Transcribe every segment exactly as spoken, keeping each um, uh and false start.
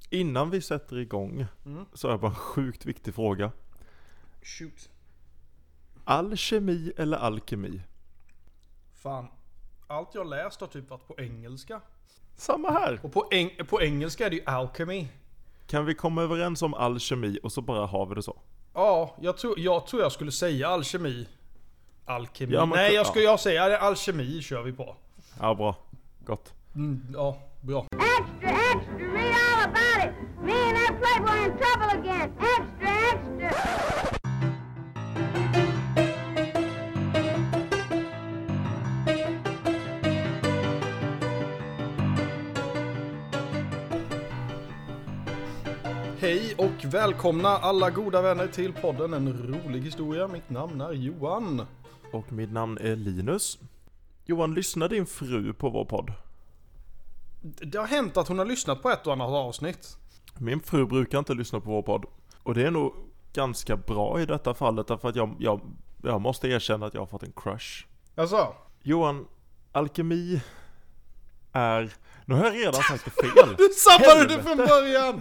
Innan vi sätter igång mm. så är det bara en sjukt viktig fråga. Shoot. Alkemi eller alkemi? Fan, allt jag läst har typ varit på engelska. Samma här. Och på, eng- på engelska är det ju alchemy. Kan vi komma överens om alkemi och så bara har vi det så? Ja, jag tror jag, tror jag skulle säga alkemi. Alkemi. Ja, Nej, jag ska ja. jag säga det, alkemi kör vi på. Ja, bra. Gott. Mm, ja, bra. Extra, extra, read all about it. Me and that playboy in trouble again. Extra, extra. Hej och välkomna alla goda vänner till podden En rolig historia. Mitt namn är Johan. Och mitt namn är Linus. Johan, lyssnar din fru på vår podd? Det har hänt att hon har lyssnat på ett och annat avsnitt. Min fru brukar inte lyssna på vår podd. Och det är nog ganska bra i detta fallet. Därför att jag, jag, jag måste erkänna att jag har fått en crush. Alltså? Johan, alkemi är... Nu har jag redan sagt det fel. Du sabbade det från början.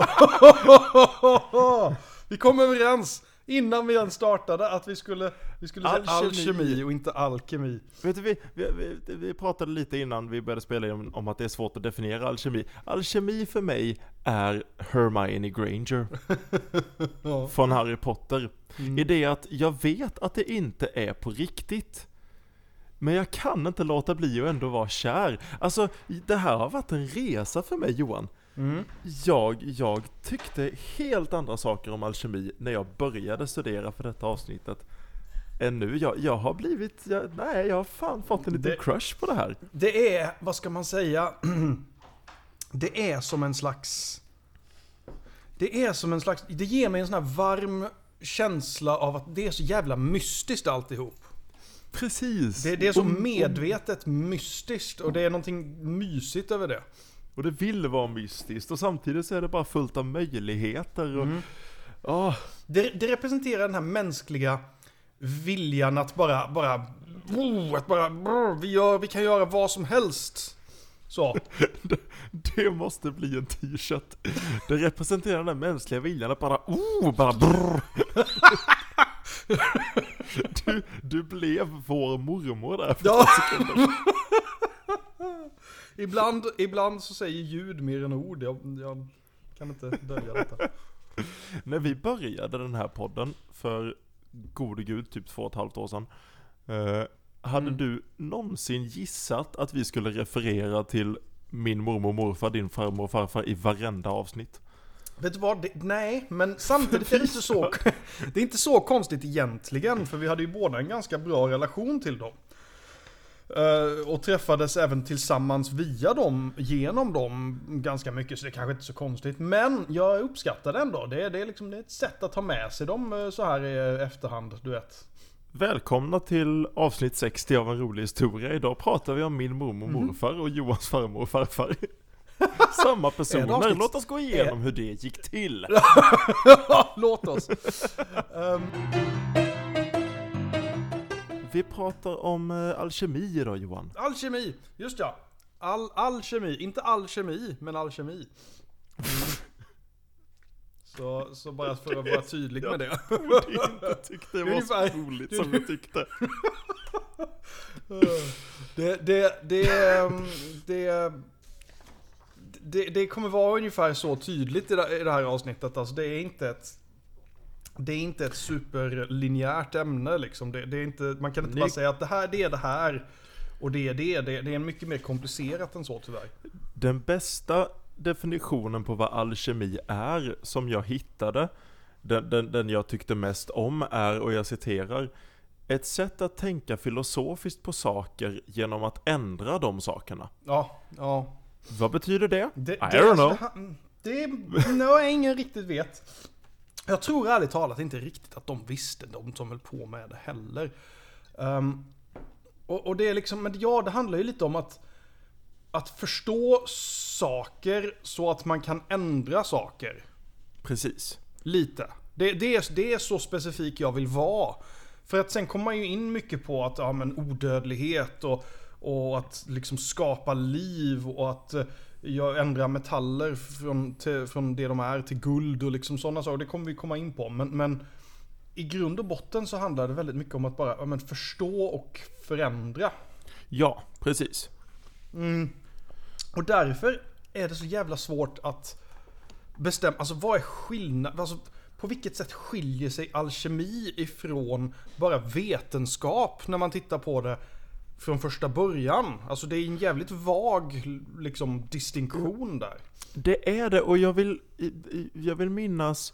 Vi kom överens innan vi ens startade att vi skulle, vi skulle säga Alkemi. alkemi och inte alkemi. Vet du, vi, vi, vi, vi pratade lite innan vi började spela om, om att det är svårt att definiera alkemi. Alkemi för mig är Hermione Granger Ja. från Harry Potter. Mm. I det att jag vet att det inte är på riktigt. Men jag kan inte låta bli att ändå vara kär. Alltså, det här har varit en resa för mig, Johan. Mm. Jag, jag tyckte helt andra saker om alkemi när jag började studera för detta avsnittet än nu. Jag, jag har blivit, jag, nej jag har fan fått en liten Det- crush på det här. Det är, vad ska man säga? Det är som en slags... Det är som en slags... Det ger mig en sån här varm känsla av att det är så jävla mystiskt alltihop. Precis. Det, det är så och, medvetet mystiskt och det är någonting mysigt över det. Och det vill vara mystiskt och samtidigt så är det bara fullt av möjligheter. Och, Mm. åh, Det, det representerar den här mänskliga viljan att bara... bara oh, att bara brr, vi, gör, vi kan göra vad som helst. Så. det, det måste bli en t-shirt. Det representerar den här mänskliga viljan att bara, oh, bara brrr. Du, du blev vår mormor där för Ja. två sekunder. ibland, ibland så säger ljud mer än ord. Jag, jag kan inte dölja detta. När vi började den här podden för gode gud typ två och ett halvt år sedan, eh, hade Mm. du någonsin gissat att vi skulle referera till min mormor och morfar, din farmor och farfar i varenda avsnitt? Vet du vad? Det, nej, men samtidigt är det inte så... Det är inte så konstigt egentligen, för vi hade ju båda en ganska bra relation till dem. Uh, och träffades även tillsammans via dem, genom dem ganska mycket, så det är kanske inte så konstigt. Men jag uppskattar det ändå. Det är, det är, liksom, det är ett sätt att ta med sig dem uh, så här i efterhand, du vet. Välkomna till avsnitt sextio av En rolig historia. Idag pratar vi om min mormor och morfar och Johans farmor och farfar. Samma personer. avsnitt- Låt oss gå igenom hur det gick till. Låt oss. Um, Vi pratar om uh, alkemi idag, Johan. alkemi, just ja. All, alkemi, inte alkemi, men alkemi. Så, så bara för att vara tydlig med det. Jag inte tyckte det var så Ungefär- roligt som jag tyckte. Det, det, det, ehm, det, det, det kommer vara ungefär så tydligt i det, i det här avsnittet. Alltså det är inte ett Det är inte ett superlinjärt ämne liksom. Det, det är inte, man kan inte Ni- bara säga att det här det är det här och det är det. Det, det är mycket mer komplicerat än så tyvärr. Den bästa definitionen på vad alkemi är som jag hittade, den, den, den jag tyckte mest om är, och jag citerar, ett sätt att tänka filosofiskt på saker genom att ändra de sakerna. Ja, ja. Vad betyder det? Det, I det, don't know. Det, det no, ingen riktigt vet. Jag tror ärligt talat inte riktigt att de visste, de som höll på med det heller. Um, och, och det är liksom, men ja, det handlar ju lite om att att förstå saker så att man kan ändra saker. Precis. Lite. Det, det, är, det är så specifik jag vill vara. För att sen kommer man ju in mycket på att ja, men odödlighet och, och att liksom skapa liv och att jag ändrar metaller från, till, från det de är till guld och liksom sådana saker. Det kommer vi komma in på. Men, men i grund och botten så handlar det väldigt mycket om att bara ja, men förstå och förändra. Ja, precis. Mm. Och därför är det så jävla svårt att bestämma, alltså vad är skillnad, alltså på vilket sätt skiljer sig alkemi ifrån bara vetenskap när man tittar på det från första början? Alltså det är en jävligt vag liksom distinktion där. Det är det, och jag vill, jag vill minnas,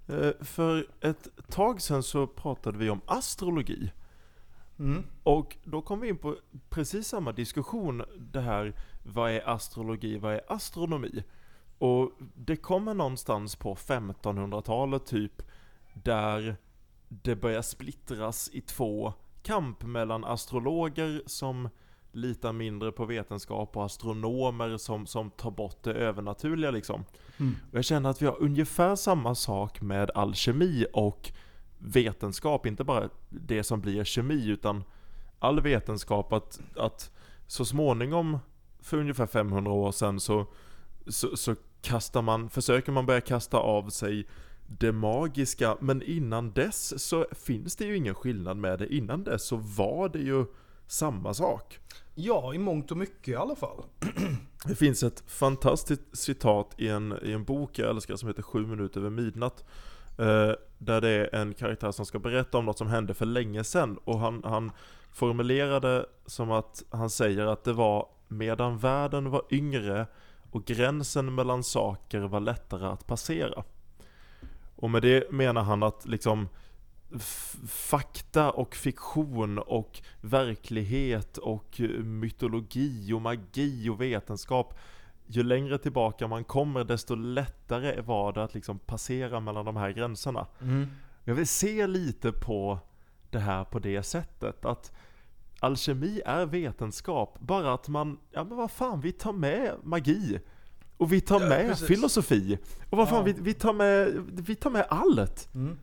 för ett tag sedan så pratade vi om astrologi. Mm. Och då kom vi in på precis samma diskussion, det här, vad är astrologi, vad är astronomi? Och det kommer någonstans på femtonhundratalet typ, där det börjar splittras i två kamp mellan astrologer som litar mindre på vetenskap och astronomer som, som tar bort det övernaturliga liksom. Mm. Och jag känner att vi har ungefär samma sak med alkemi och vetenskap, inte bara det som blir kemi utan all vetenskap, att, att så småningom för ungefär femhundra år sedan så, så, så kastar man, försöker man börja kasta av sig det magiska, men innan dess så finns det ju ingen skillnad med det. Innan dess så var det ju samma sak. Ja, i mångt och mycket i alla fall. Det finns ett fantastiskt citat i en, i en bok jag älskar som heter Sju minuter över midnatt. Uh, där det är en karaktär som ska berätta om något som hände för länge sedan. Och han, han formulerade som att han säger att det var medan världen var yngre och gränsen mellan saker var lättare att passera. Och med det menar han att liksom f- fakta och fiktion och verklighet och mytologi och magi och vetenskap, ju längre tillbaka man kommer desto lättare var det att liksom passera mellan de här gränserna. Mm. Jag vill se lite på det här på det sättet, att alkemi är vetenskap, bara att man, ja men vad fan, vi tar med magi och vi tar Ja, med precis. filosofi och vad fan, Ja. vi, vi, tar med, vi tar med allt. Mm.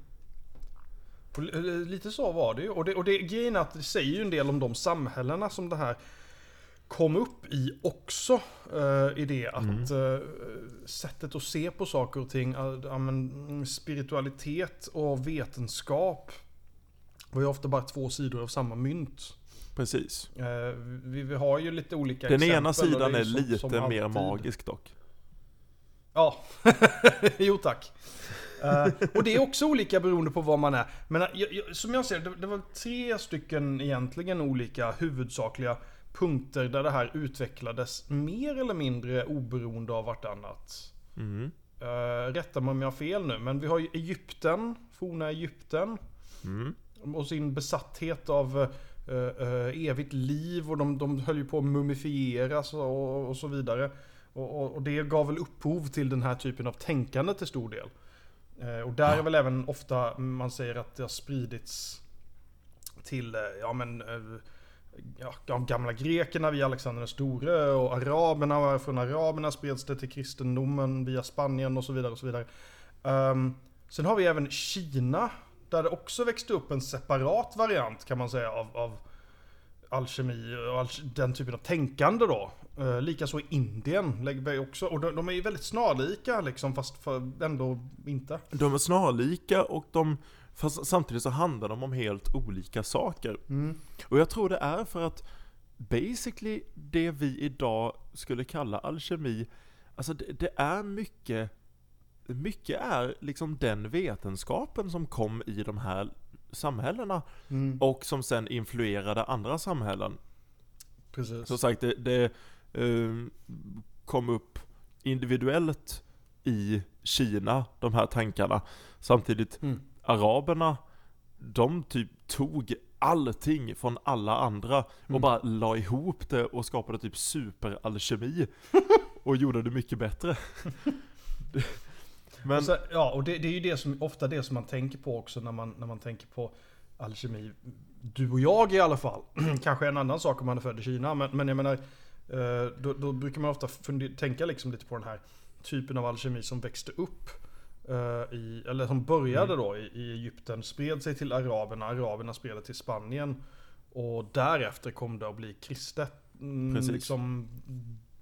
Och l- lite så var det ju. Och det, och det grejen är att det säger ju en del om de samhällena som det här kom upp i också. Uh, i det att Mm. uh, sättet att se på saker och ting, uh, men, spiritualitet och vetenskap var ju ofta bara två sidor av samma mynt. Precis. Uh, vi, vi har ju lite olika Den exempel. ena och det sidan ju är som- lite som mer alltid. magisk dock. Ja, jo tack. Uh, och det är också olika beroende på vad man är. Men uh, jag, jag, som jag ser det, det var tre stycken egentligen olika huvudsakliga punkter där det här utvecklades mer eller mindre oberoende av vartannat. Mm. Uh, rätta mig om jag har fel nu, men vi har ju Egypten, forna Egypten, Mm. och sin besatthet av uh, uh, evigt liv, och de, de höll ju på att mumifieras och, och så vidare. Och, och, och det gav väl upphov till den här typen av tänkande till stor del. Eh, och där är väl även ofta man säger att det har spridits till, eh, ja men, eh, ja, de gamla grekerna via Alexander den store, och araberna, från araberna spreds det till kristendomen via Spanien och så vidare och så vidare. Um, sen har vi även Kina, där det också växte upp en separat variant kan man säga av, av alkemi och al- den typen av tänkande då. Uh, Likaså i Indien lägger vi också, och de, de är ju väldigt snarlika liksom, fast för ändå inte. De är snarlika och de, fast samtidigt så handlar de om helt olika saker. Mm. Och jag tror det är för att basically det vi idag skulle kalla alkemi, alltså det, det är mycket, mycket är liksom den vetenskapen som kom i de här samhällena Mm. och som sen influerade andra samhällen. Precis. Som sagt, det, det eh, kom upp individuellt i Kina, de här tankarna. Samtidigt, Mm. araberna, de typ tog allting från alla andra och Mm. bara la ihop det och skapade typ superalkemi och gjorde det mycket bättre. Men Och så, ja, och det, det är ju det som, ofta det som man tänker på också när man, när man tänker på alkemi. Du och jag i alla fall. Kanske en annan sak om man är född i Kina. Men, men jag menar, eh, då, då brukar man ofta funder, tänka liksom lite på den här typen av alkemi som växte upp. eh, I, eller som började då i, i Egypten. Spred sig till araberna. Araberna spred det till Spanien. Och därefter kom det att bli kristet. Mm, Precis. liksom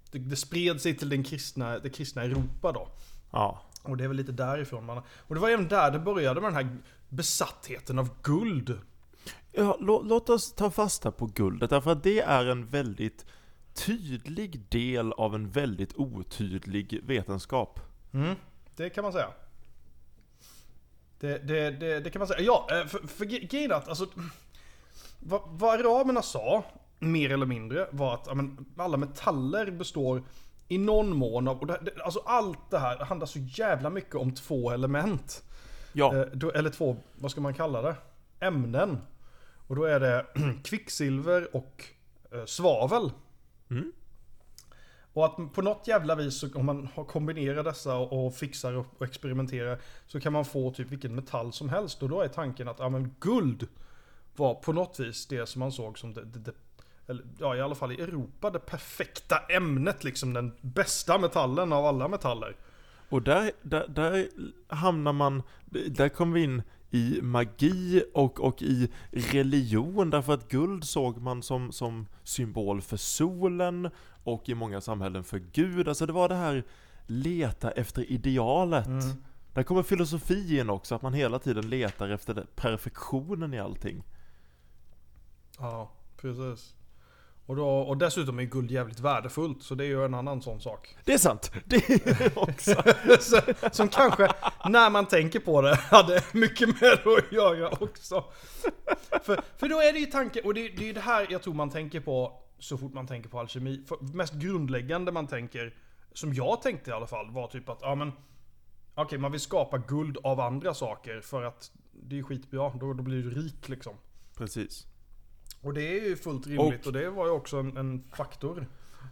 det, det spred sig till den kristna, det kristna Europa då. Ja. Och det är väl lite därifrån man... Och det var även där det började med den här besattheten av guld. Ja, lå, låt oss ta fasta på guldet, därför att det är en väldigt tydlig del av en väldigt otydlig vetenskap. Mm, det kan man säga. Det, det, det, det kan man säga. Ja, för, för grejen att, alltså, vad, vad araberna sa, mer eller mindre, var att ja, men, alla metaller består i någon mån av, och det, det, alltså allt det här handlar så jävla mycket om två element. Ja. Eh, då, eller två, vad ska man kalla det? Ämnen. Och då är det kvicksilver och eh, svavel. Mm. Och att på något jävla vis, så, om man har kombinerat dessa och, och fixar och, och experimenterar, så kan man få typ vilken metall som helst. Och då är tanken att ja, men guld var på något vis det som man såg som det, det, det eller, ja, i alla fall i Europa, det perfekta ämnet, liksom den bästa metallen av alla metaller. Och där, där, där hamnar man, där kommer vi in i magi och, och i religion, därför att guld såg man som, som symbol för solen och i många samhällen för Gud. Alltså det var det här leta efter idealet. Mm. Där kommer filosofi in också, att man hela tiden letar efter det, perfektionen i allting. Ja, precis. Och, då, och dessutom är guld jävligt värdefullt, så det är ju en annan sån sak. Det är sant, det är också. så, som kanske, när man tänker på det, hade mycket med att göra också. För, för då är det ju tanken, och det, det är det här jag tror man tänker på så fort man tänker på alkemi. För mest grundläggande man tänker, som jag tänkte i alla fall, var typ att ja men okej, okay, man vill skapa guld av andra saker för att det är skitbra, då, då blir du rik liksom. Precis. Och det är ju fullt rimligt, och, och det var ju också en, en faktor.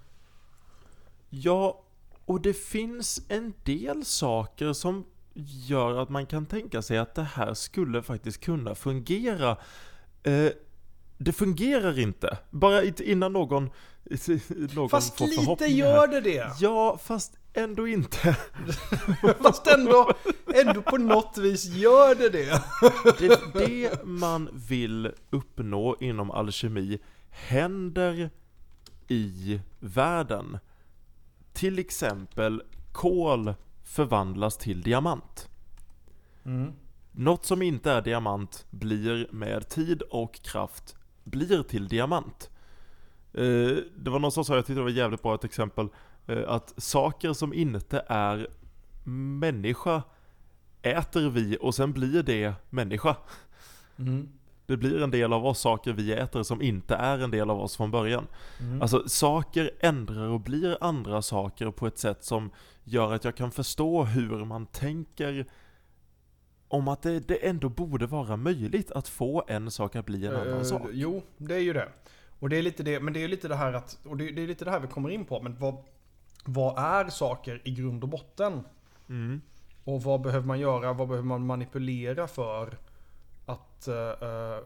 Ja, och det finns en del saker som gör att man kan tänka sig att det här skulle faktiskt kunna fungera. Eh, det fungerar inte. Bara innan någon, någon fast får lite gör det det. Ja, fast ändå inte. Fast ändå, ändå på något vis gör det det. det. Det man vill uppnå inom alkemi händer i världen. Till exempel kol förvandlas till diamant. Mm. Något som inte är diamant blir med tid och kraft blir till diamant. Eh, det var någon som sa, jag tyckte det var jävligt bra ett exempel, eh, att saker som inte är människa äter vi och sen blir det människa. Mm. Det blir en del av oss, saker vi äter som inte är en del av oss från början. Mm. Alltså saker ändrar och blir andra saker på ett sätt som gör att jag kan förstå hur man tänker om att det, det ändå borde vara möjligt att få en sak att bli en uh, annan sak. Jo, det är ju det. Och det är lite det, men det är lite det här att, och det, det är lite det här vi kommer in på, men vad, vad är saker i grund och botten? Mm. Och vad behöver man göra, vad behöver man manipulera för att uh,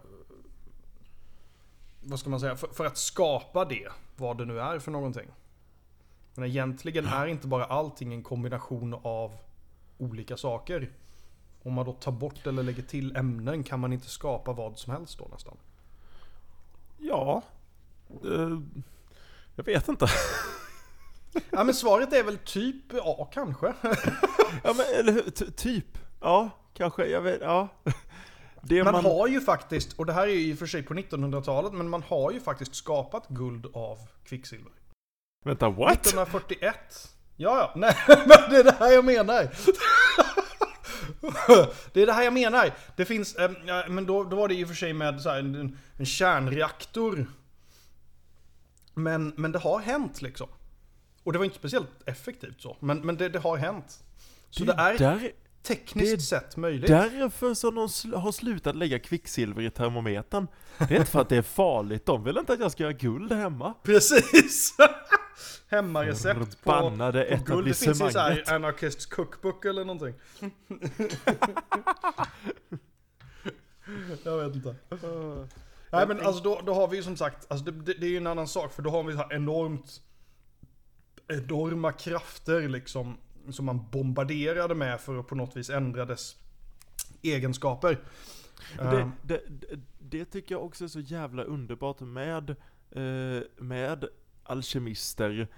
vad ska man säga, för, för att skapa det, vad det nu är för någonting. Men egentligen är inte bara allting en kombination av olika saker. Om man då tar bort eller lägger till ämnen, kan man inte skapa vad som helst då nästan? Ja, uh, jag vet inte. Ja, men svaret är väl typ, ja kanske. Ja men eller hur, T- typ, ja kanske, jag vet, ja. Det man, man har ju faktiskt, och det här är ju i och för sig på nittonhundratalet, men man har ju faktiskt skapat guld av kvicksilver. Vänta, what? nittonhundrafyrtioett. Ja, ja, nej, men det är det här jag menar. Det är det här jag menar. Det finns, äh, men då, då var det i och för sig med så här, en, en kärnreaktor. Men, men det har hänt liksom. Och det var inte speciellt effektivt så. Men, men det, det har hänt. Så det, det är där, tekniskt det sett möjligt. Därför som de sl- har slutat lägga kvicksilver i termometern. Det är inte för att det är farligt. De vill inte att jag ska göra guld hemma. Precis. Hemmarecept på, på guld. Det finns ju så här Anarchists cookbook eller någonting. Jag vet inte. Uh, Nej men alltså då, då har vi ju som sagt, alltså det, det, det är ju en annan sak, för då har vi så här enormt enorma krafter liksom, som man bombarderade med för att på något vis ändra dess egenskaper. Det, det, det, det tycker jag också är så jävla underbart med, eh, med alkemister.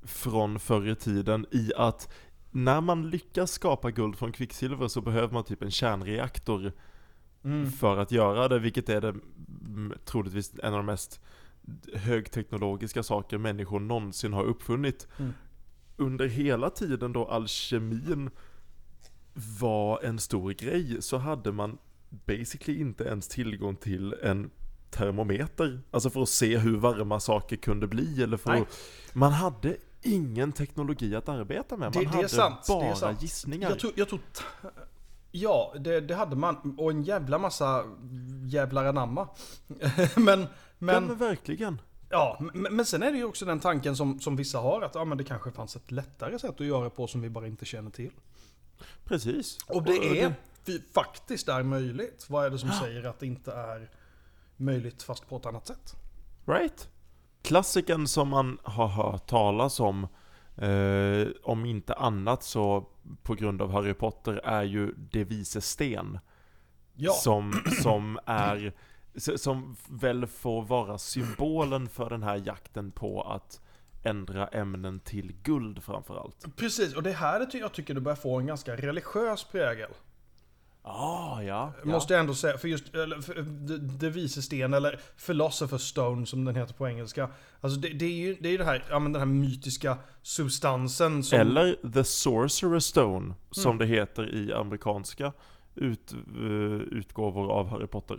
från förr i tiden i att när man lyckas skapa guld från kvicksilver så behöver man typ en kärnreaktor mm. för att göra det, vilket är det troligtvis en av de mest högteknologiska saker människor någonsin har uppfunnit. Mm. Under hela tiden då alkemin var en stor grej så hade man basically inte ens tillgång till en termometer, alltså för att se hur varma saker kunde bli eller för att, man hade ingen teknologi att arbeta med. Man det, det hade sant, bara det är sant. gissningar. Jag tror, jag tror ja, det, det hade man och en jävla massa jävlar anamma. men men ja, men verkligen. Ja, men, men sen är det ju också den tanken som, som vissa har att ja, men det kanske fanns ett lättare sätt att göra det på som vi bara inte känner till. Precis. Och det och, är det... faktiskt är möjligt. Vad är det som ja. säger att det inte är möjligt fast på ett annat sätt? Right. Klassiken som man har hört talas om, eh, om inte annat så på grund av Harry Potter, är ju Det vises sten. Ja. Som, som är som väl får vara symbolen för den här jakten på att ändra ämnen till guld framförallt. Precis, och det här är jag tycker du börjar få en ganska religiös prägel. Ah, ja, ja. Måste jag ändå säga, för just eller, för, det, det vises sten eller Philosopher's Stone som den heter på engelska. Alltså det, det är ju det är det här, ja, men den här mytiska substansen som... Eller The Sorcerer's Stone som mm. det heter i amerikanska ut, uh, utgåvor av Harry Potter.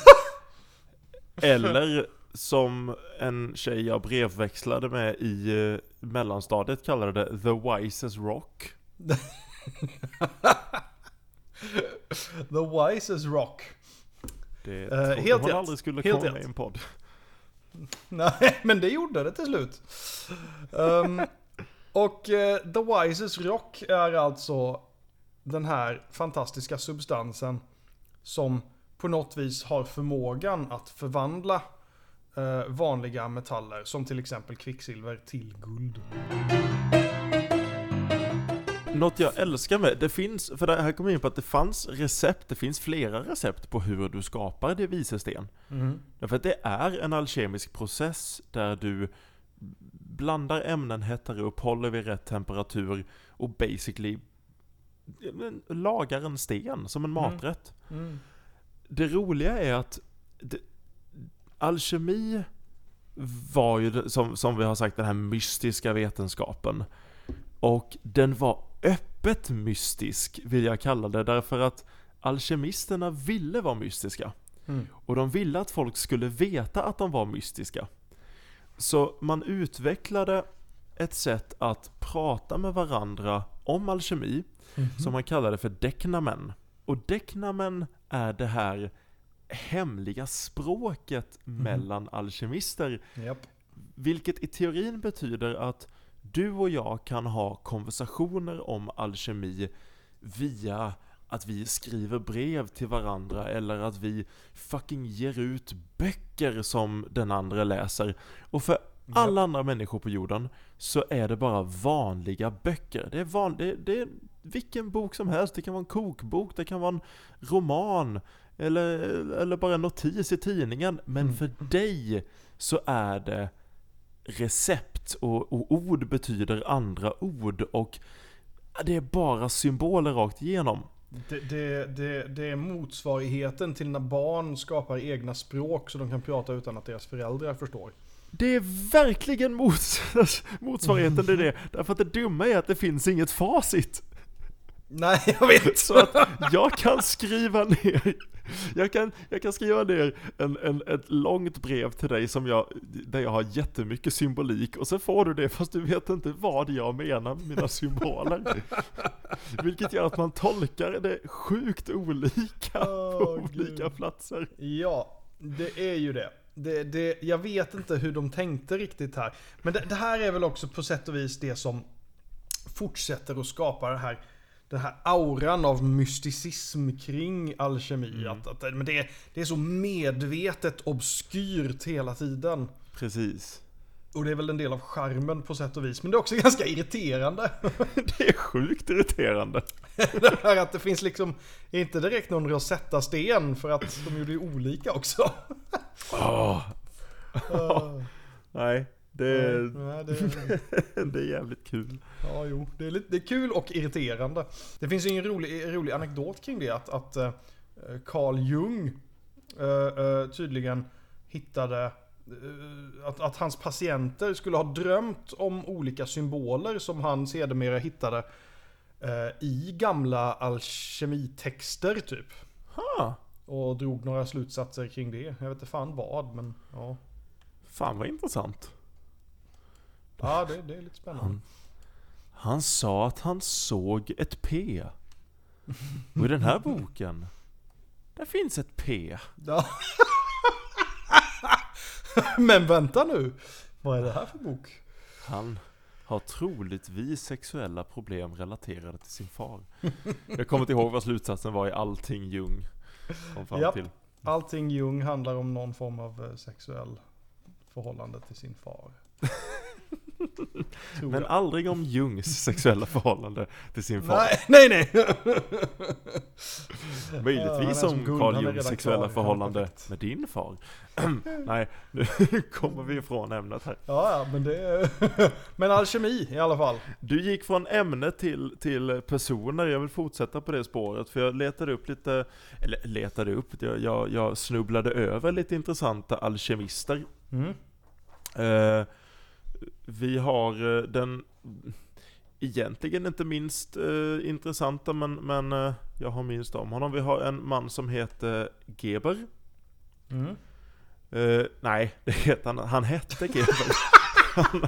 Eller som en tjej jag brevväxlade med i uh, mellanstadiet kallade det The Wisest Rock. The Wisest Rock. Det uh, helt hon rätt. aldrig skulle helt komma med i en podd. Nej, men det gjorde det till slut. Um, och uh, The Wisest Rock är alltså den här fantastiska substansen som på något vis har förmågan att förvandla uh, vanliga metaller som till exempel kvicksilver till guld. Något jag älskar med, det finns, för det här kommer in på att det fanns recept, det finns flera recept på hur du skapar det visesten. Mm. Därför att det är en alkemisk process där du blandar ämnen, hettar upp, håller vid rätt temperatur och basically lagar en sten som en maträtt. Mm. Mm. Det roliga är att det, alkemi var ju, som, som vi har sagt, den här mystiska vetenskapen. Och den var öppet mystisk, vill jag kalla det, därför att alkemisterna ville vara mystiska. Mm. Och de ville att folk skulle veta att de var mystiska. Så man utvecklade ett sätt att prata med varandra om alkemi, mm-hmm. som man kallade för deknamen. Och deknamen är det här hemliga språket mm. mellan alkemister. Yep. Vilket i teorin betyder att du och jag kan ha konversationer om alkemi via att vi skriver brev till varandra eller att vi fucking ger ut böcker som den andra läser. Och för alla andra människor på jorden så är det bara vanliga böcker. Det är, van, det, det är vilken bok som helst. Det kan vara en kokbok, det kan vara en roman eller, eller bara en notis i tidningen. Men mm. för dig så är det recept och, och ord betyder andra ord och det är bara symboler rakt igenom. Det, det, det, det är motsvarigheten till när barn skapar egna språk så de kan prata utan att deras föräldrar förstår. Det är verkligen mots, motsvarigheten till det. Därför att det dumma är att det finns inget facit. Nej, jag vet. Så att jag kan skriva ner Jag kan, jag kan skriva ner en, en, ett långt brev till dig som jag, där jag har jättemycket symbolik och så får du det fast du vet inte vad jag menar med mina symboler. Vilket gör att man tolkar det sjukt olika oh, på olika Gud. platser. Ja, det är ju det. Det, det. Jag vet inte hur de tänkte riktigt här. Men det, det här är väl också på sätt och vis det som fortsätter att skapa det här den här auran av mysticism kring alkemi. Mm. Att, att, men det är, det är så medvetet obskyrt hela tiden. Precis. Och det är väl en del av charmen på sätt och vis. Men det är också ganska irriterande. Det är sjukt irriterande. Det här att det finns liksom inte direkt någon Rosetta Sten för att de gjorde ju olika också. oh. oh. Nej. Det, Nej, det, det är jävligt kul. Ja, jo. Det är, lite, det är kul och irriterande. Det finns ju en rolig, rolig anekdot kring det. Att, att uh, Carl Jung uh, uh, tydligen hittade uh, att, att hans patienter skulle ha drömt om olika symboler som han sedermera hittade uh, i gamla alkemitexter typ. Ha. Och drog några slutsatser kring det. Jag vet inte fan vad, men ja. Fan vad intressant. Ja, det, det är lite spännande. Han, han sa att han såg ett P. Och i den här boken, där finns ett P. Ja. Men vänta nu. Vad är det här för bok? Han har troligtvis sexuella problem relaterade till sin far. Jag kommer inte ihåg vad slutsatsen var i allting Jung kom fram Japp. till. Allting Jung handlar om någon form av sexuell förhållande till sin far. Tror Men jag. aldrig om Jungs sexuella förhållande till sin far. Nej, nej, nej. Ja, Möjligtvis han är som om guld, Carl han är Jungs redan sexuella klar, han är förhållande perfekt. med din far. Nej, nu kommer vi ifrån ämnet här. Ja, ja, men det är... Men alkemi i alla fall. Du gick från ämne till, till personer. Jag vill fortsätta på det spåret. För jag letade upp lite, eller letade upp, jag, jag, jag snubblade över lite intressanta alkemister. Mm. Eh, vi har eh, den egentligen inte minst eh, intressanta, men, men eh, jag har minst om honom. Vi har en man som heter Geber. Mm. Eh, nej, det heter han. Han hette Geber. han,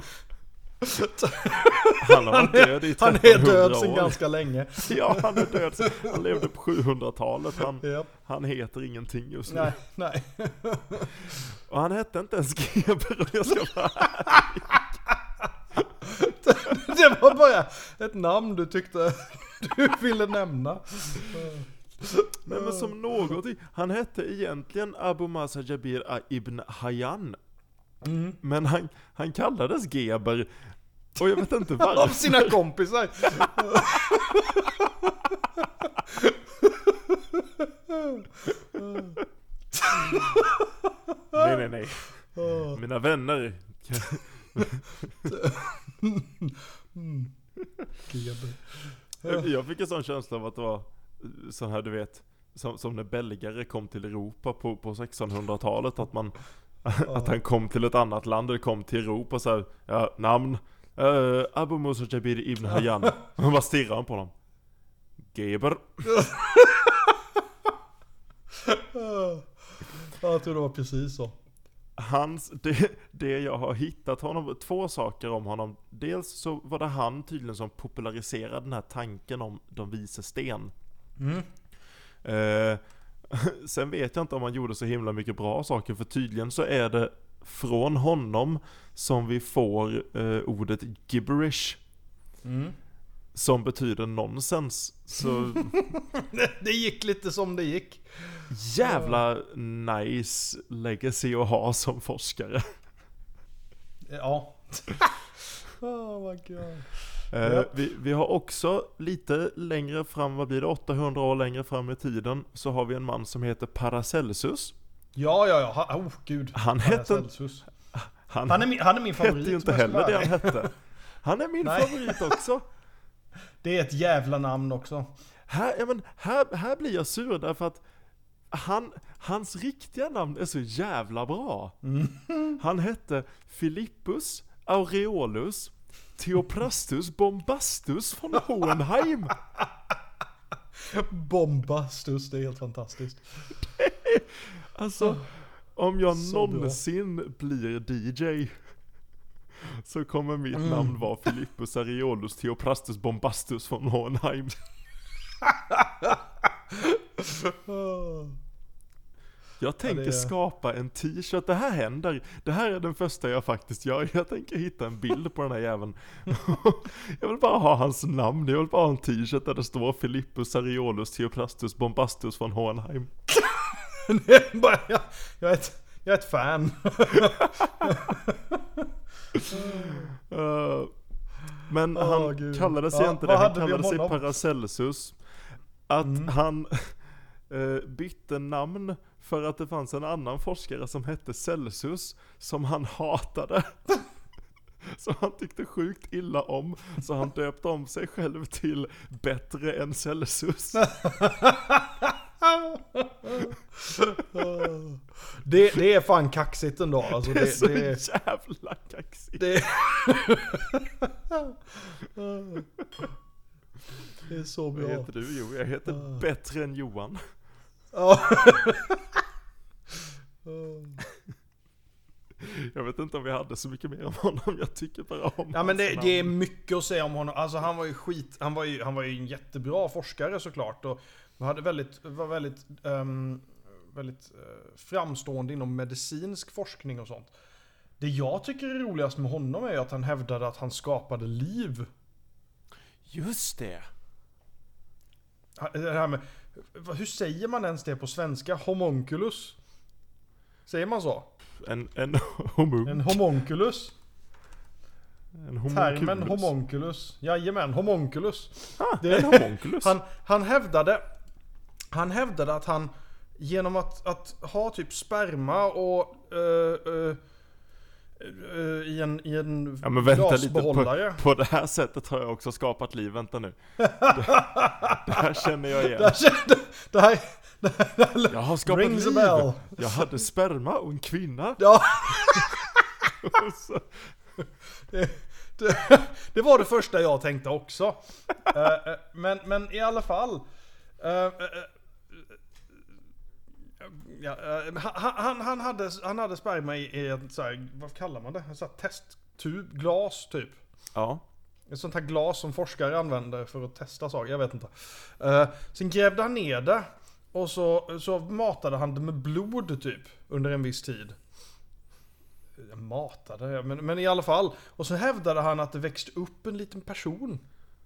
han har varit död i Han är trettonhundra död sedan år. ganska länge. Ja, han är död. sedan- Han levde på sjuhundratalet. Han, Japp. han heter ingenting just nu. Nej, nej. Och han hette inte ens Geber. Och jag ska bara... Det var bara ett namn du tyckte du ville nämna. Nej, men som något. Han hette egentligen Abu Masa Jabir ibn Hayyan. Mm. Men han, han kallades Geber. Och jag vet inte Av varför. sina kompisar. Nej, nej, nej. Mina vänner. Jag fick en sån känsla av att det var så här, du vet, som, som när belgare kom till Europa på, på sextonhundratalet, att man att han kom till ett annat land och kom till Europa så här, ja, namn uh, Abu Musa Jabir ibn Hayyan. Man bara stirrar på honom. Geber. Jag tror det var precis så. Hans, det, det jag har hittat honom, två saker om honom. Dels så var det han tydligen som populariserade den här tanken om de vise sten. Mm. Eh, sen vet jag inte om han gjorde så himla mycket bra saker, för tydligen så är det från honom som vi får eh, ordet gibberish. Mm. Som betyder nonsens. Så Det gick lite som det gick. jävla nice legacy att ha som forskare. Ja. Oh my god. Eh, Ja. vi, vi har också lite längre fram, vad blir det, åttahundra år längre fram i tiden, så har vi en man som heter Paracelsus. Ja, ja, ja. Ha- Oh, gud. Han hette- Paracelsus. Han, Han är min, han är min favorit. hette ju inte om jag ska heller det vara han ärlig. hette. Han är min Nej. favorit också. Det är ett jävla namn också. Här, ja, men här, här blir jag sur därför att han, hans riktiga namn är så jävla bra. Han hette Philippus Aureolus Theophrastus Bombastus von Hohenheim. Bombastus, det är helt fantastiskt. Alltså, om jag Så bra. någonsin blir D J så kommer mitt Mm. namn vara Philippus Aureolus Theophrastus Bombastus von Hohenheim. Jag tänker det är- skapa en t-shirt. Det här händer. Det här är den första jag faktiskt gör. Jag tänker hitta en bild på den här jäveln. Jag vill bara ha hans namn. Jag vill bara ha en t-shirt där det står Philippus Aureolus Theophrastus Bombastus von Hohenheim. Det är bara- jag, jag, är ett, jag är ett fan. Uh, men Åh, han Gud. kallades Ja, inte det. vad Han hade vi om kallade sig honom? Paracelsus. Att Mm. han uh, bytte namn för att det fanns en annan forskare som hette Celsius som han hatade. som han tyckte sjukt illa om, så han döpte om sig själv till Bättre än Celsius. det, det är fan kaxigt ändå. Alltså, det är det, så det är... jävla kaxigt. Det... det är så bra. Vad heter du? Jo, jag heter uh. Bättre än Johan. Jag vet inte om vi hade så mycket mer om honom. Jag tycker bara om Ja, men det, namn. det är mycket att säga om honom. Alltså han var ju skit. Han var ju, han var ju en jättebra forskare såklart. Och hade väldigt, var väldigt, um, väldigt uh, framstående inom medicinsk forskning och sånt. Det jag tycker är roligast med honom är att han hävdade att han skapade liv. Just det. Det här med, hur säger man ens det på svenska? Homunculus. Säger man så? En, en homunk. En homunculus. En homunculus. Termen homunculus. Jajamän, homunculus. Ah, det är en homunculus. Han, han hävdade Han hävdade att han genom att, att ha typ sperma och uh, uh, uh, i en, i en ja, men vänta lite, glasbehållare. På, på det här sättet har jag också skapat liv. Vänta nu. Det, det här känner jag igen. Det här, det här, det här jag har skapat rings liv. a bell. Jag hade sperma och en kvinna. Ja. det, det, det var det första jag tänkte också. Uh, men, men i alla fall. Uh, uh, Ja, uh, han, han, han, hade, han hade sperma i, i en så här, vad kallar man det? En sån här testtub, glas typ. Ja. Ett sånt här glas som forskare använder för att testa saker, jag vet inte. Uh, sen grävde han ner det och så, så matade han det med blod typ under en viss tid. Jag matade, men, men i alla fall. Och så hävdade han att det växte upp en liten person.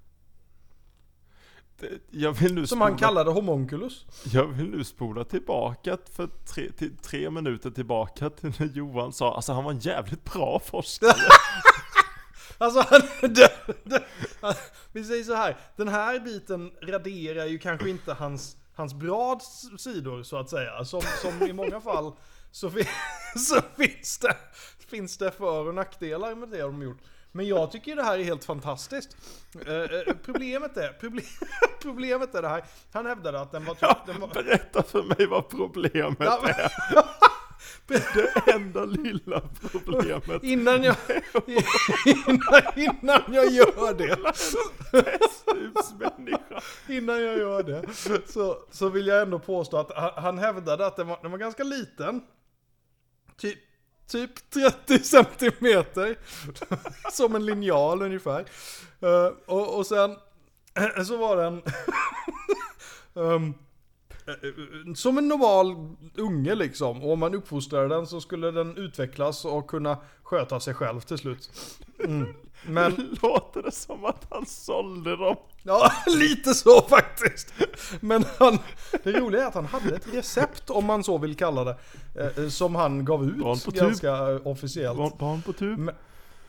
Jag vill nu som spola, han kallade homunculus. Jag vill nu spola tillbaka för tre, till, tre minuter tillbaka till när Johan sa, alltså han var en jävligt bra forskare. Alltså han, det, det, han, vi säger så här, den här biten raderar ju kanske inte hans, hans bra sidor så att säga. Som, som i många fall så, fin, så finns, det, finns det för- och nackdelar med det de gjort. Men jag tycker det här är helt fantastiskt. Eh, problemet är problem, problemet är det här. Han hävdade att den var... Ja, den var... Berätta för mig vad problemet Ja, men... är. Det enda lilla problemet. Innan jag, innan, innan jag gör det. Innan jag gör det. Så, så vill jag ändå påstå att han hävdade att den var, den var ganska liten. Typ. Typ trettio centimeter. Som en linjal ungefär. Uh, och, och sen så var den um, som en normal unge liksom. Och om man uppfostrar den så skulle den utvecklas och kunna sköta sig själv till slut. Mm. Men låter det som att han sålde dem? Ja, lite så faktiskt. Men han, det roliga är att han hade ett recept, om man så vill kalla det, eh, som han gav ut ganska tub. officiellt. Barn, barn på tub. Men,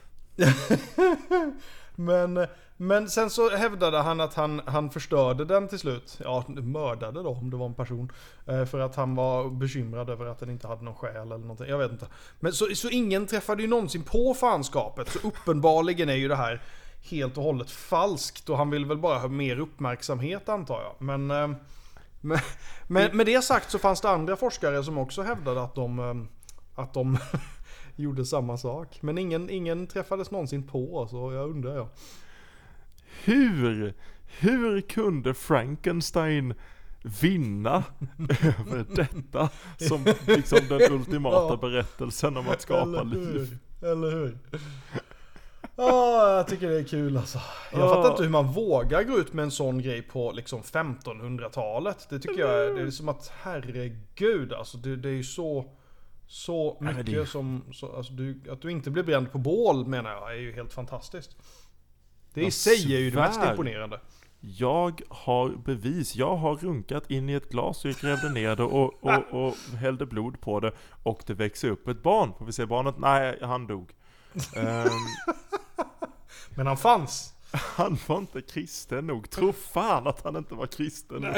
men, men sen så hävdade han att han, han förstörde den till slut. Ja, mördade då om det var en person. Eh, för att han var bekymrad över att den inte hade någon själ eller någonting. Jag vet inte. Men så, så ingen träffade ju någonsin på fanskapet. Så uppenbarligen är ju det här helt och hållet falskt. Och han vill väl bara ha mer uppmärksamhet, antar jag. Men eh, med, med, med det sagt så fanns det andra forskare som också hävdade att de, eh, att de gjorde samma sak. Men ingen, ingen träffades någonsin på, så jag undrar ja. Hur, hur kunde Frankenstein vinna över detta som liksom den ultimata ja. berättelsen om att skapa eller liv? Eller hur? Ja, jag tycker det är kul alltså. Jag ja. fattar inte hur man vågar gå ut med en sån grej på liksom femtonhundratalet. Det tycker jag är, det är som att herregud alltså, det, det är ju så så mycket det... som så, alltså, du, att du inte blir bränd på bål menar jag är ju helt fantastiskt. Det i sig är ju det mest imponerande. Jag har bevis. Jag har runkat in i ett glas och jag grävde ner det och, och, och hällde blod på det. Och det växer upp ett barn. Får vi se barnet? Nej, han dog. um, Men han fanns. Han var inte kristen nog. Tro fan att han inte var kristen nog.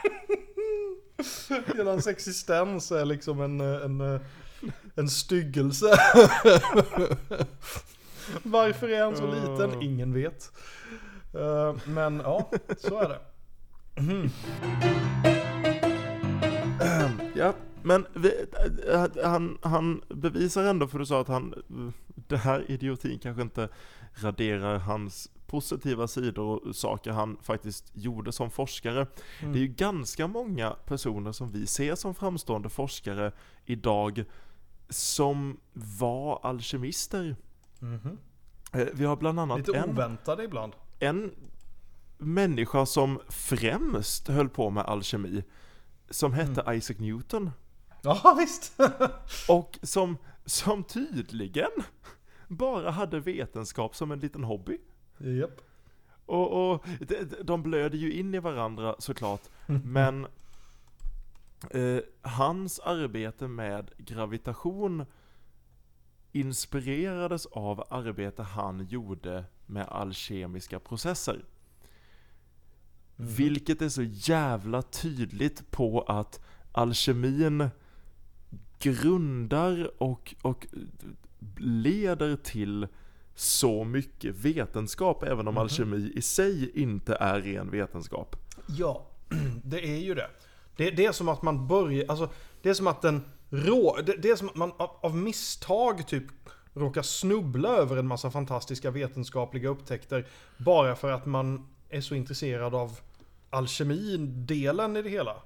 Hela hans existens är liksom en, en, en styggelse. Varför är han så Oh. liten? Ingen vet. Uh, men ja, så är det. Mm. Ja, men vi, han, han bevisar ändå, för du sa att han, det här idiotin kanske inte raderar hans positiva sidor och saker han faktiskt gjorde som forskare. Mm. Det är ju ganska många personer som vi ser som framstående forskare idag som var alkemister. Mm-hmm. Vi har bland annat lite en, oväntade ibland. En människa som främst höll på med alkemi som hette mm. Isaac Newton. Ja, visst. Och som, som tydligen bara hade vetenskap som en liten hobby. Japp. Och, och de, de blöder ju in i varandra såklart. Men eh, hans arbete med gravitation inspirerades av arbete han gjorde med alkemiska processer. Mm. Vilket är så jävla tydligt på att alkemin grundar och, och leder till så mycket vetenskap, även om mm. alkemi i sig inte är ren vetenskap. Ja, det är ju det. Det, det är som att man börjar, alltså det är som att den rå, det, det är som att man av, av misstag typ råkar snubbla över en massa fantastiska vetenskapliga upptäckter bara för att man är så intresserad av alkemin-delen i det hela.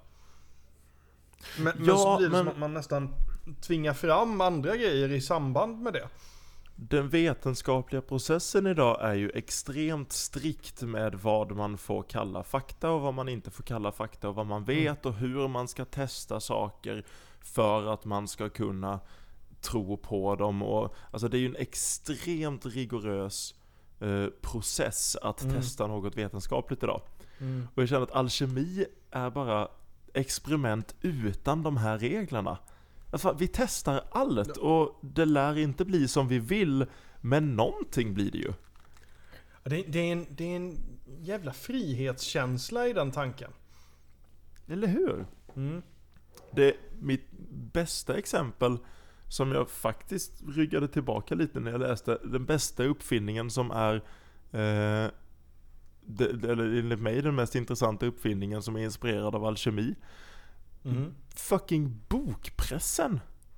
Men, ja, men så blir det men... som att man nästan tvingar fram andra grejer i samband med det. Den vetenskapliga processen idag är ju extremt strikt med vad man får kalla fakta och vad man inte får kalla fakta, och vad man vet och hur man ska testa saker för att man ska kunna tro på dem. Och, alltså det är ju en extremt rigorös eh, process att mm. testa något vetenskapligt idag. Mm. Och jag känner att alkemi är bara experiment utan de här reglerna. Alltså, vi testar allt och det lär inte bli som vi vill, men någonting blir det ju. Det, det, är en, det är en jävla frihetskänsla i den tanken. Eller hur? Mm. Det är mitt bästa exempel som jag faktiskt ryggade tillbaka lite när jag läste. Den bästa uppfinningen som är eh, det, eller enligt mig den mest intressanta uppfinningen som är inspirerad av alkemi. Mm. Fucking bokpressen.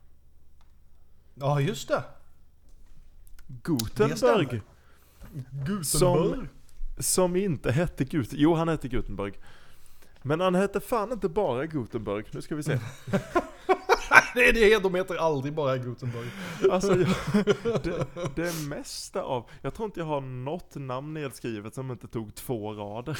Ja, just det. Gutenberg. Gutenberg. Som, som inte hette Gutenberg. Jo, han hette Gutenberg. Men han hette fan inte bara Gutenberg. Nu ska vi se. Det är det, de heter aldrig bara Gutenberg. Alltså, jag, det, det mesta av... Jag tror inte jag har något namn nedskrivet som inte tog två rader.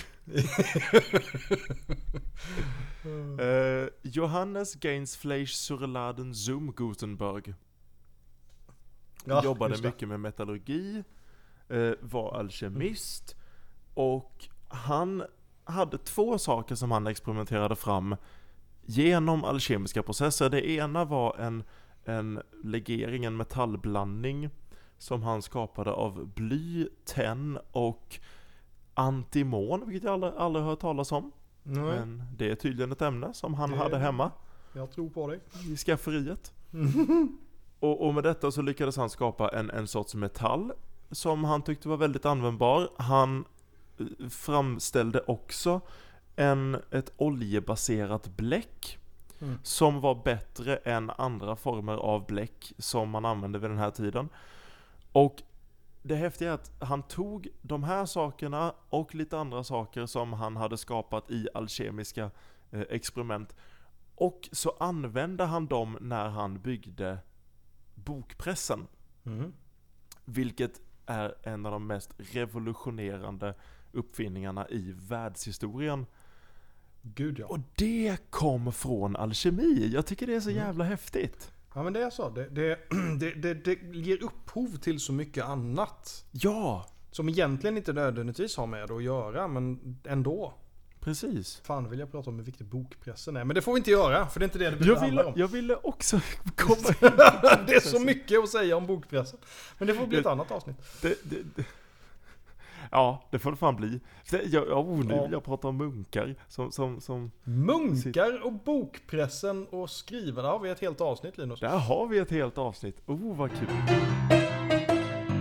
uh, Johannes Gainsfleisch Surladen Zum Gutenberg. Ja, jobbade mycket med metallurgi. Uh, var alkemist. Mm. Och han hade två saker som han experimenterade fram genom alkemiska processer. Det ena var en, en legering, en metallblandning som han skapade av bly, tenn och antimon, vilket jag aldrig, aldrig hört talas om. Mm. Men det är tydligen ett ämne som han det hade hemma. Jag tror på dig. I skafferiet. och, och med detta så lyckades han skapa en, en sorts metall som han tyckte var väldigt användbar. Han framställde också En, ett oljebaserat bläck mm. som var bättre än andra former av bläck som man använde vid den här tiden. Och det häftiga är att han tog de här sakerna och lite andra saker som han hade skapat i alkemiska eh, experiment, och så använde han dem när han byggde bokpressen. Mm. Vilket är en av de mest revolutionerande uppfinningarna i världshistorien. Gud, ja. Och det kom från alkemi. Jag tycker det är så jävla mm. häftigt. Ja, men det är så. Det, det, det, det, det ger upphov till så mycket annat. Ja. Som egentligen inte nödvändigtvis har med det att göra, men ändå. Precis. Fan, vill jag prata om hur viktig bokpressen är. Men det får vi inte göra, för det är inte det det jag ville, om. Jag ville också komma in. Det är så mycket att säga om bokpressen. Men det får bli ett annat avsnitt. Det, det, det. Ja, det får det fan bli. Jag, oh, nu vill jag prata om munkar. Som, som, som munkar och bokpressen och skrivarna har vi ett helt avsnitt, Linus. Där har vi ett helt avsnitt. Oh, vad kul.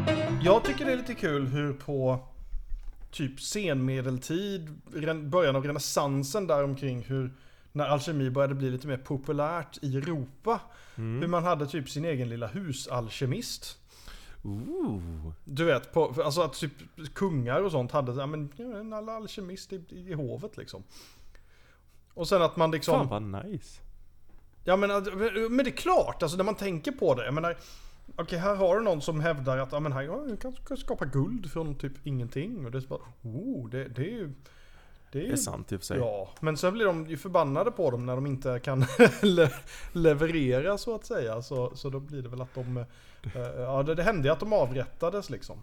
Jag tycker det är lite kul hur på typ senmedeltid, ren- början av renässansen där omkring, hur när alkemi började bli lite mer populärt i Europa, Mm. hur man hade typ sin egen lilla husalkemist. Ooh. Du vet, på, alltså att typ kungar och sånt hade ja, men, en all- alkemist i, i hovet liksom. Och sen att man liksom... Fan vad nice. Ja men, att- men det är klart, alltså när man tänker på det. Jag menar, okej, här har du någon som hävdar att ja, men här, ja, jag kan kan skapa guld från typ ingenting. Och det är så bara, oh, det, det är ju... Det är, Det ju är sant i och för sig. Ja, men sen blir de ju förbannade på dem när de inte kan le- leverera så att säga. Så, så då blir det väl att de... eh, ja, det, det hände ju att de avrättades liksom.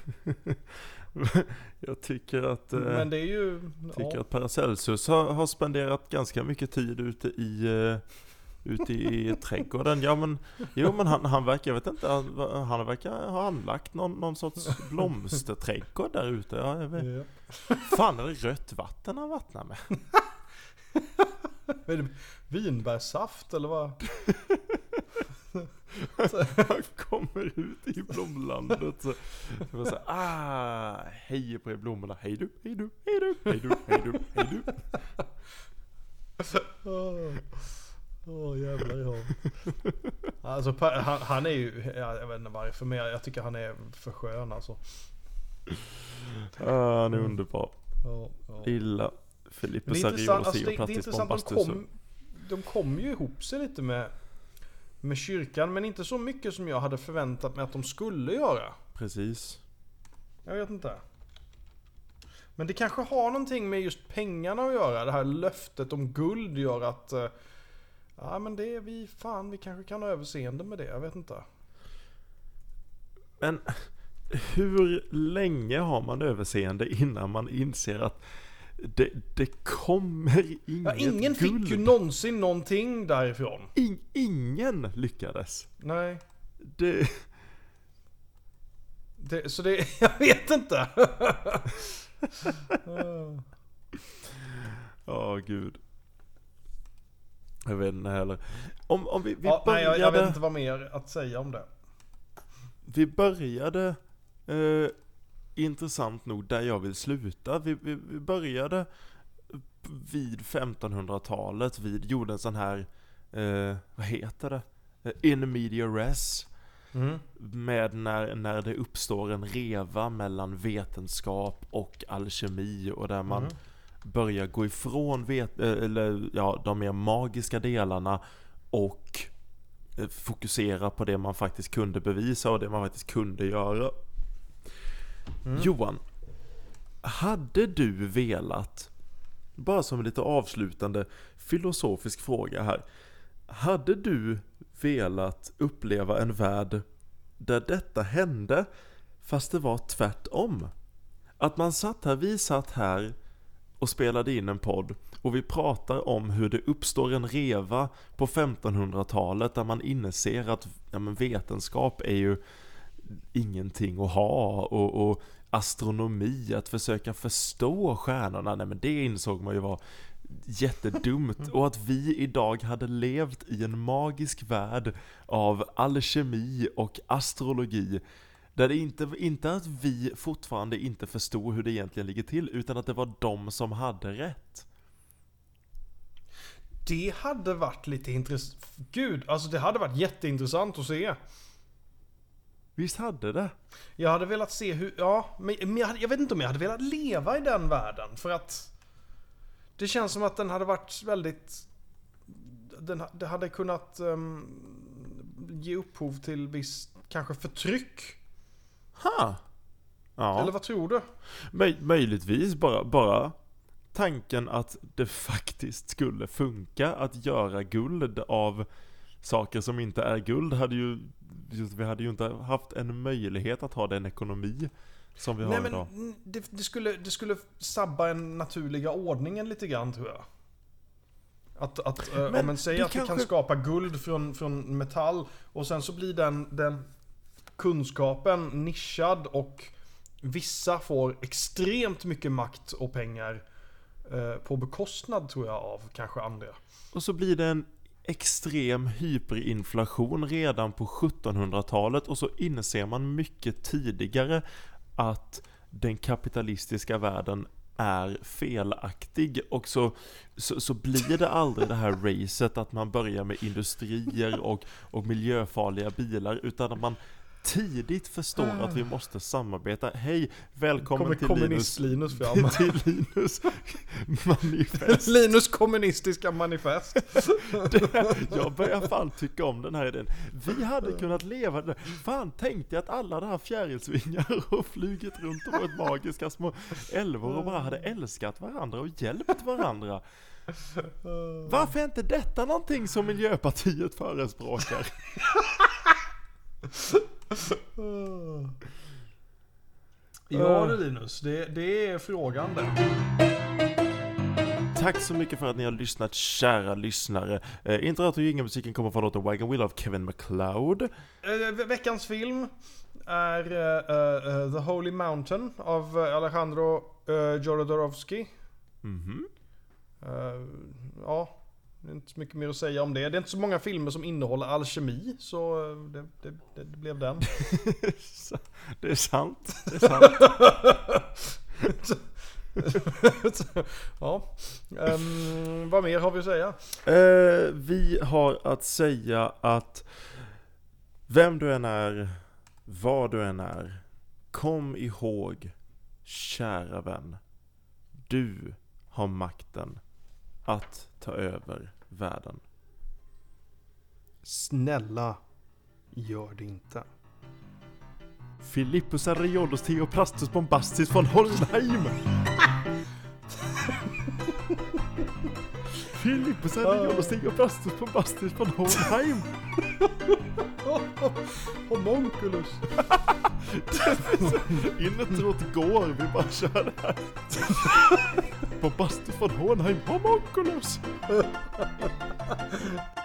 Jag tycker att, eh, Men det är ju... tycker Ja. att Paracelsus har, har spenderat ganska mycket tid ute i, eh, ute i trädgården. Ja men, jo men han, han verkar, jag vet inte, han, han verkar ha anlagt någon, någon sorts blomsterträdgård där ute. Ja, jag vet. Ja. Fan, är det rött vatten han vattnar med? Är det vinbärssaft eller vad? Han kommer ut i blomlandet så, så var så här, ah, hej på er blommorna, hej du, hej du, hej du, hej du, hej du, hej du. Åh, oh, jävlar ja. Alltså Pa- han, han är ju, ja, jag vet inte varför, men jag, jag tycker han är för skön alltså. Ah, han är underbar. Ja, ja. Illa Filippe Men det är Sarioli intressant, och alltså, det, det är Plattis intressant, de Bombastus. kom, de kom ju ihop sig lite med, med kyrkan, men inte så mycket som jag hade förväntat mig att de skulle göra. Precis. Jag vet inte. Men det kanske har någonting med just pengarna att göra. Det här löftet om guld gör att eh, ja men det är vi, fan vi kanske kan ha överseende med det, jag vet inte. Men hur länge har man överseende innan man inser att det, det kommer inget Ja, ingen guld? fick ju någonsin någonting därifrån. In, ingen lyckades. Nej. Det... Det, så det, jag vet inte. Ja, gud. Jag vet inte heller. Om, om vi, vi Ja, nej, började... jag, jag vet inte vad mer att säga om det. Vi började... Eh, intressant nog där jag vill sluta. Vi, vi, vi började vid femtonhundratalet. Vi gjorde en sån här... Eh, vad heter det? Eh, In media res. Mm. Med när, när det uppstår en reva mellan vetenskap och alkemi och där man Mm. börjar gå ifrån vet, eller, ja, de mer magiska delarna och eh, fokusera på det man faktiskt kunde bevisa och det man faktiskt kunde göra. Mm. Johan, hade du velat, bara som en lite avslutande filosofisk fråga här, hade du velat uppleva en värld där detta hände fast det var tvärtom? Att man satt här, vi satt här och spelade in en podd och vi pratar om hur det uppstår en reva på femtonhundratalet där man inser att ja, men vetenskap är ju ingenting att ha och, och astronomi, att försöka förstå stjärnorna, nej men det insåg man ju var jättedumt, och att vi idag hade levt i en magisk värld av alkemi och astrologi där det inte, inte att vi fortfarande inte förstod hur det egentligen ligger till, utan att det var de som hade rätt. Det hade varit lite intressant. Gud, alltså det hade varit jätteintressant att se. Visst hade det? Jag hade velat se hur, ja, men men jag, hade, jag vet inte om jag hade velat leva i den världen, för att det känns som att den hade varit väldigt, den, det hade kunnat um, ge upphov till viss, kanske förtryck. Ha. Ja. Eller vad tror du? Möj, möjligtvis bara, bara tanken att det faktiskt skulle funka att göra guld av saker som inte är guld hade ju, vi hade ju inte haft en möjlighet att ha den ekonomi som vi har Nej, men idag. det, det, skulle, det skulle sabba en naturliga ordningen lite grann, tror jag. Att, att eh, om man säger att kanske... vi kan skapa guld från, från metall och sen så blir den, den kunskapen nischad och vissa får extremt mycket makt och pengar eh, på bekostnad, tror jag, av kanske andra. Och så blir det en extrem hyperinflation redan på sjuttonhundratalet, och så inser man mycket tidigare att den kapitalistiska världen är felaktig, och så, så, så blir det aldrig det här racet att man börjar med industrier och, och miljöfarliga bilar, utan att man tidigt förstår mm. att vi måste samarbeta. Hej, välkommen kommer till kommunist Linus, Linus till Linus manifest. Linus kommunistiska manifest. Det, jag börjar fan tycka om den här idén. Vi hade kunnat leva det. Fan, tänkte jag att alla de här fjärilsvingar och flugit runt och varit magiska små älvor och bara hade älskat varandra och hjälpt varandra. Varför är inte detta någonting som Miljöpartiet förespråkar? Ja du Linus, det, det är frågan där. Tack så mycket för att ni har lyssnat, kära lyssnare. eh, Introt och jingelmusiken kommer från låten Wagon Wheel av Kevin MacLeod. eh, Veckans film är uh, uh, The Holy Mountain av Alejandro uh, Jodorowsky. Mhm. uh, Ja, det är inte så mycket mer att säga om det. Det är inte så många filmer som innehåller alkemi, så det, det, det, det blev den. Det är sant. Det är sant. Ja. Um, vad mer har vi att säga? Uh, vi har att säga att vem du än är, vad du än är, kom ihåg, kära vän, du har makten att ta över världen. Snälla, gör det inte. Philippus Ariolos Theophrastus Bombastis von Holmheim. Philippus Ariolos Theophrastus Bombastis von Holmheim. Homunculus. Introt går, vi bara kör det här. Bombastis von Holmheim, Homunculus.